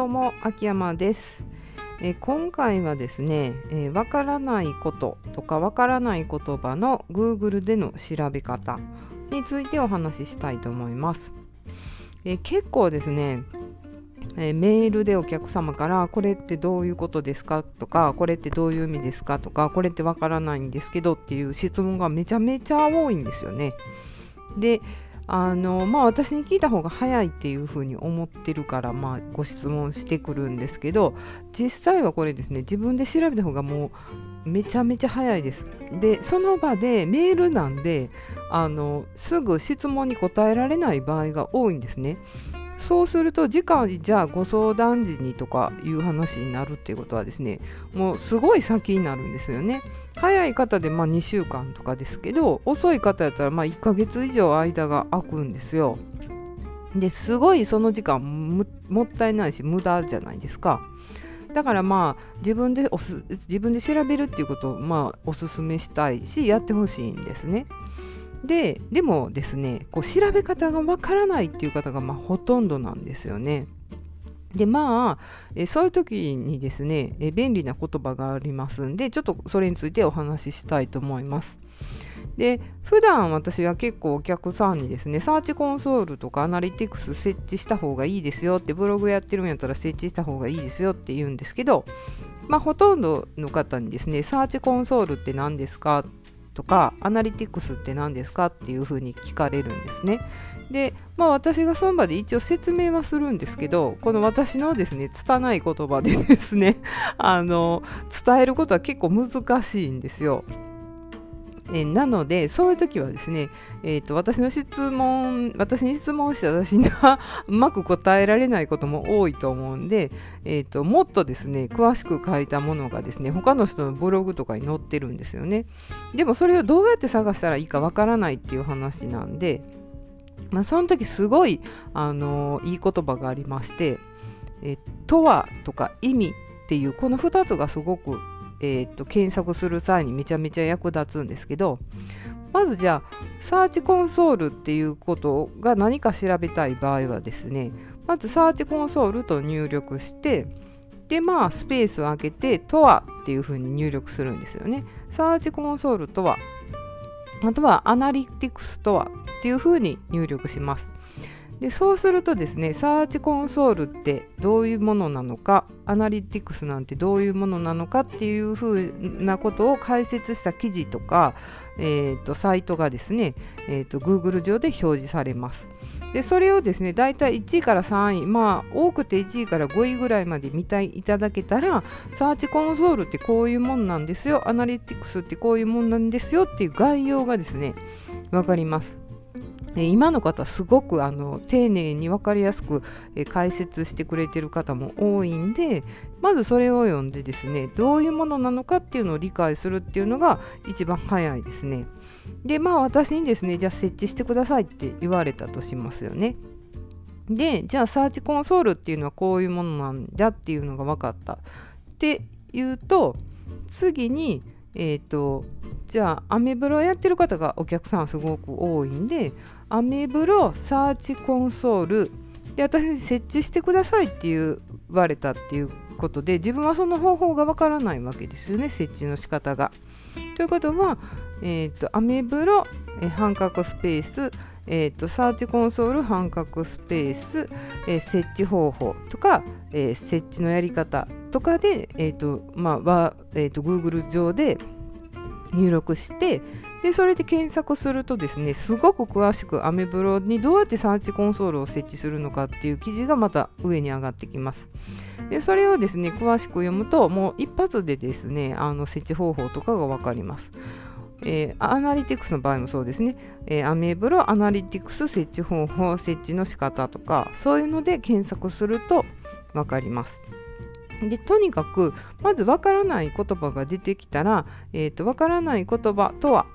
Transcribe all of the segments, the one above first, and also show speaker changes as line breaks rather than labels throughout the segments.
どうも秋山です。今回はですね、わからないこととかわからない言葉の Google での調べ方についてお話ししたいと思います。結構ですね、メールでお客様からこれってどういうことですかとか、これってどういう意味ですかとか、これってわからないんですけどっていう質問がめちゃめちゃ多いんですよね。で、私に聞いた方が早いっていうふうに思ってるから、ご質問してくるんですけど、実際はこれですね、自分で調べた方がもうめちゃめちゃ早いです。で、その場でメールなんで、すぐ質問に答えられない場合が多いんですね。そうすると次回じゃあご相談時にとかいう話になるっていうことはですね、もうすごい先になるんですよね。早い方で2週間とかですけど、遅い方やったら1ヶ月以上間が空くんですよ。ですごいその時間もったいないし無駄じゃないですか。だから自分で調べるっていうことをおすすめしたいし、やってほしいんですね。でもですね、こう調べ方がわからないっていう方がほとんどなんですよね。でそういう時にですね、便利な言葉がありますんで、ちょっとそれについてお話ししたいと思います。で、普段私は結構お客さんにですね、サーチコンソールとかアナリティクス設置した方がいいですよって、ブログやってるんやったら設置した方がいいですよって言うんですけど、ほとんどの方にですね、サーチコンソールって何ですかとか、アナリティクスって何ですかっていうふうに聞かれるんですね。で、私がその場で一応説明はするんですけど、この私のですね、拙い言葉でですね、伝えることは結構難しいんですよ。なので、そういう時はですね、私に質問して私がうまく答えられないことも多いと思うんで、もっとですね、詳しく書いたものがですね、他の人のブログとかに載ってるんですよね。でもそれをどうやって探したらいいかわからないっていう話なんで、その時すごい、いい言葉がありまして、とはとか意味っていうこの2つがすごく検索する際にめちゃめちゃ役立つんですけど、まずじゃあサーチコンソールっていうことが何か調べたい場合はですね、まずサーチコンソールと入力して、でスペースを空けてとはっていうふうに入力するんですよね。サーチコンソールとは、あとはアナリティクスとはっていうふうに入力します。でそうするとですね、サーチコンソールってどういうものなのか、アナリティクスなんてどういうものなのかっていうふうなことを解説した記事とか、サイトがですね、Google 上で表示されます。でそれをですね、だいたい1位から3位、多くて1位から5位ぐらいまで見ていただけたら、サーチコンソールってこういうものなんですよ、アナリティクスってこういうものなんですよっていう概要がですね、わかります。今の方すごく丁寧に分かりやすく解説してくれてる方も多いんで、まずそれを読んでですね、どういうものなのかっていうのを理解するっていうのが一番早いですね。で私にですね、じゃあ設置してくださいって言われたとしますよね。でじゃあサーチコンソールっていうのはこういうものなんだっていうのが分かったっていうと、次にじゃあアメブロやってる方がお客さんすごく多いんで、アメブロサーチコンソールで私に設置してくださいって言われたっていうことで、自分はその方法がわからないわけですよね、設置の仕方が。ということは、アメブロ半角スペースサーチコンソール半角スペース、設置方法とか、設置のやり方とかで、Google 上で入力して、でそれで検索するとですね、すごく詳しくアメブロにどうやってサーチコンソールを設置するのかっていう記事がまた上に上がってきます。でそれをですね、詳しく読むともう一発でですね、設置方法とかが分かります。アナリティクスの場合もそうですね、アメブロアナリティクス設置方法、設置の仕方とか、そういうので検索すると分かります。でとにかくまず分からない言葉が出てきたら、分からない言葉とは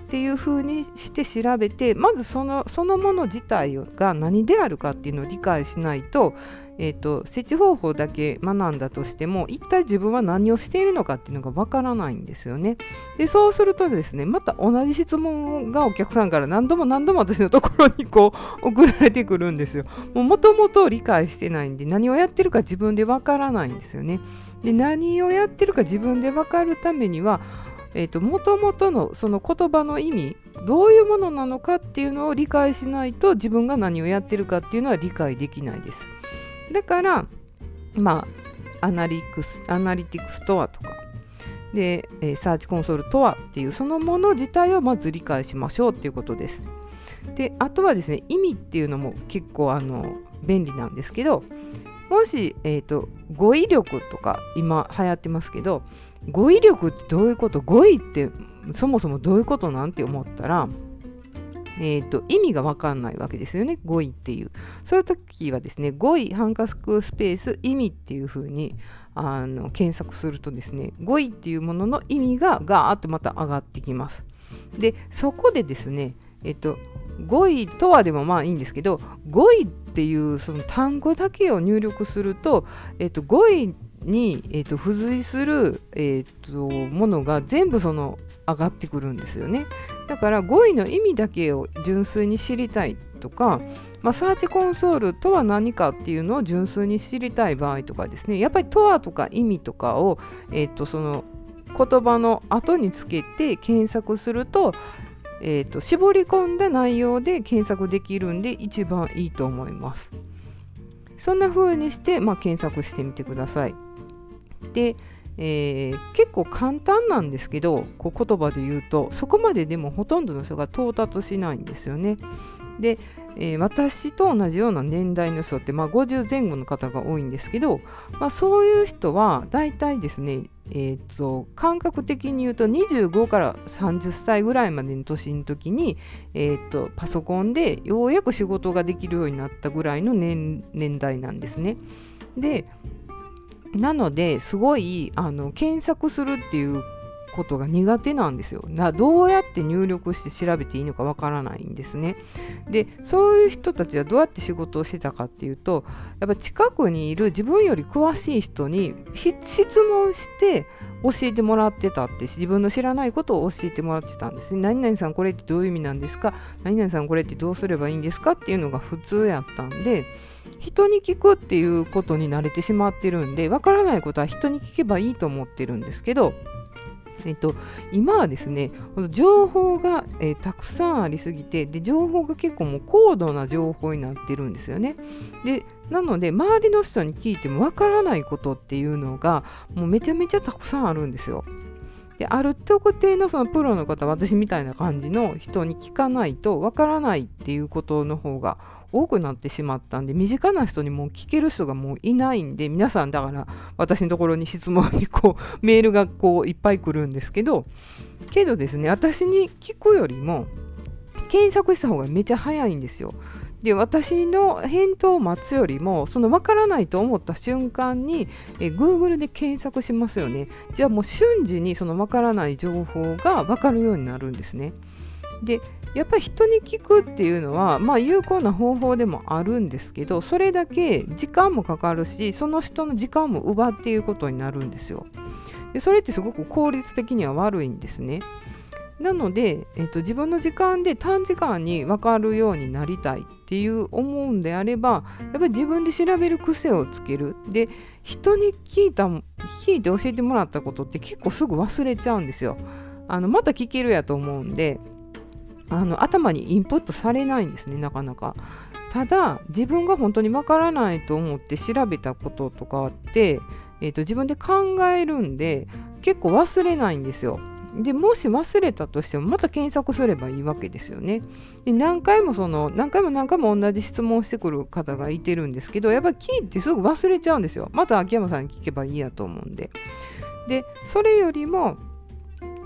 っていう風にして調べて、まずそのもの自体が何であるかっていうのを理解しないと、設置方法だけ学んだとしても一体自分は何をしているのかっていうのがわからないんですよね。でそうするとですね、また同じ質問がお客さんから何度も私のところにこう送られてくるんですよ。もともと理解してないんで、何をやってるか自分でわからないんですよね。で何をやってるか自分でわかるためには、もともとのその言葉の意味、どういうものなのかっていうのを理解しないと、自分が何をやってるかっていうのは理解できないです。だから、アナリティクスとはとかで、サーチコンソールとはっていうそのもの自体をまず理解しましょうっていうことです。であとはですね、意味っていうのも結構便利なんですけど、もし、語彙力とか今流行ってますけど、語彙力ってどういうこと、語彙ってそもそもどういうことなんて思ったら、意味が分かんないわけですよね、語彙っていう。そういう時はですね、語彙半角スペース意味っていう風に検索するとですね、語彙っていうものの意味がガーッとまた上がってきます。でそこでですね、語彙とはでもいいんですけど、語彙っていうその単語だけを入力すると、語彙に、付随する、ものが全部上がってくるんですよね。だから語彙の意味だけを純粋に知りたいとか、サーチコンソールとは何かっていうのを純粋に知りたい場合とかですね、やっぱりとはとか意味とかを、その言葉の後につけて検索すると、絞り込んだ内容で検索できるんで一番いいと思います。そんな風にして、検索してみてください。で、結構簡単なんですけど、言葉で言うとそこまででもほとんどの人が到達しないんですよね。で、私と同じような年代の人って、50前後の方が多いんですけど、そういう人はだいたいですね、感覚的に言うと25から30歳ぐらいまでの年の時に、パソコンでようやく仕事ができるようになったぐらいの 年代なんですね。でなのですごい検索するっていうことが苦手なんですよ。どうやって入力して調べていいのかわからないんですね。でそういう人たちはどうやって仕事をしてたかっていうと、やっぱ近くにいる自分より詳しい人に質問して教えてもらってたって、自分の知らないことを教えてもらってたんですね。何々さんこれってどういう意味なんですか、何々さんこれってどうすればいいんですかっていうのが普通やったんで、人に聞くっていうことに慣れてしまってるんで、わからないことは人に聞けばいいと思ってるんですけど、今はですね、情報が、たくさんありすぎて、で情報が結構もう高度な情報になってるんですよね。でなので周りの人に聞いてもわからないことっていうのがもうめちゃめちゃたくさんあるんですよ。である特定のそのプロの方、私みたいな感じの人に聞かないとわからないっていうことの方が多くなってしまったんで、身近な人にもう聞ける人がもういないんで、皆さんだから私のところに質問にメールがいっぱい来るんですけどですね、私に聞くよりも検索した方がめちゃ早いんですよ。で私の返答を待つよりも、その分からないと思った瞬間にGoogle で検索しますよね。じゃあもう瞬時にその分からない情報が分かるようになるんですね。でやっぱり人に聞くっていうのは、有効な方法でもあるんですけど、それだけ時間もかかるし、その人の時間も奪っていることになるんですよ。でそれってすごく効率的には悪いんですね。なので、自分の時間で短時間に分かるようになりたいっていう思うんであれば、やっぱり自分で調べる癖をつける。で人に聞いて教えてもらったことって結構すぐ忘れちゃうんですよ。また聞けるやと思うんで、頭にインプットされないんですね、なかなか。ただ自分が本当にわからないと思って調べたこととかって、自分で考えるんで結構忘れないんですよ。でもし忘れたとしてもまた検索すればいいわけですよね。で何回も同じ質問してくる方がいてるんですけど、やっぱり聞いてすぐ忘れちゃうんですよ。また秋山さんに聞けばいいやと思うんで。でそれよりも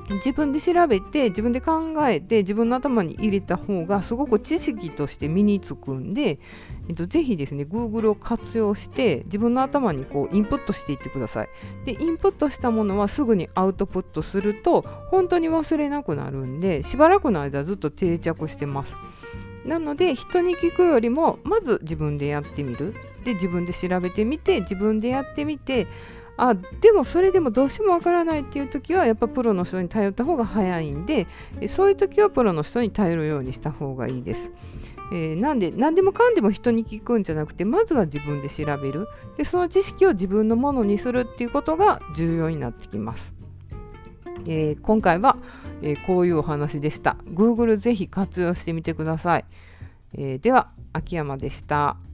自分で調べて自分で考えて自分の頭に入れた方がすごく知識として身につくんで、ぜひですね Google を活用して自分の頭にインプットしていってください。でインプットしたものはすぐにアウトプットすると本当に忘れなくなるんで、しばらくの間ずっと定着してます。なので人に聞くよりもまず自分でやってみる。で自分で調べてみて自分でやってみて、でもそれでもどうしてもわからないっていう時はやっぱプロの人に頼った方が早いんで、そういう時はプロの人に頼るようにした方がいいです。なんで何でもかんでも人に聞くんじゃなくて、まずは自分で調べる。でその知識を自分のものにするっていうことが重要になってきます。今回は、こういうお話でした。Google ぜひ活用してみてください。では秋山でした。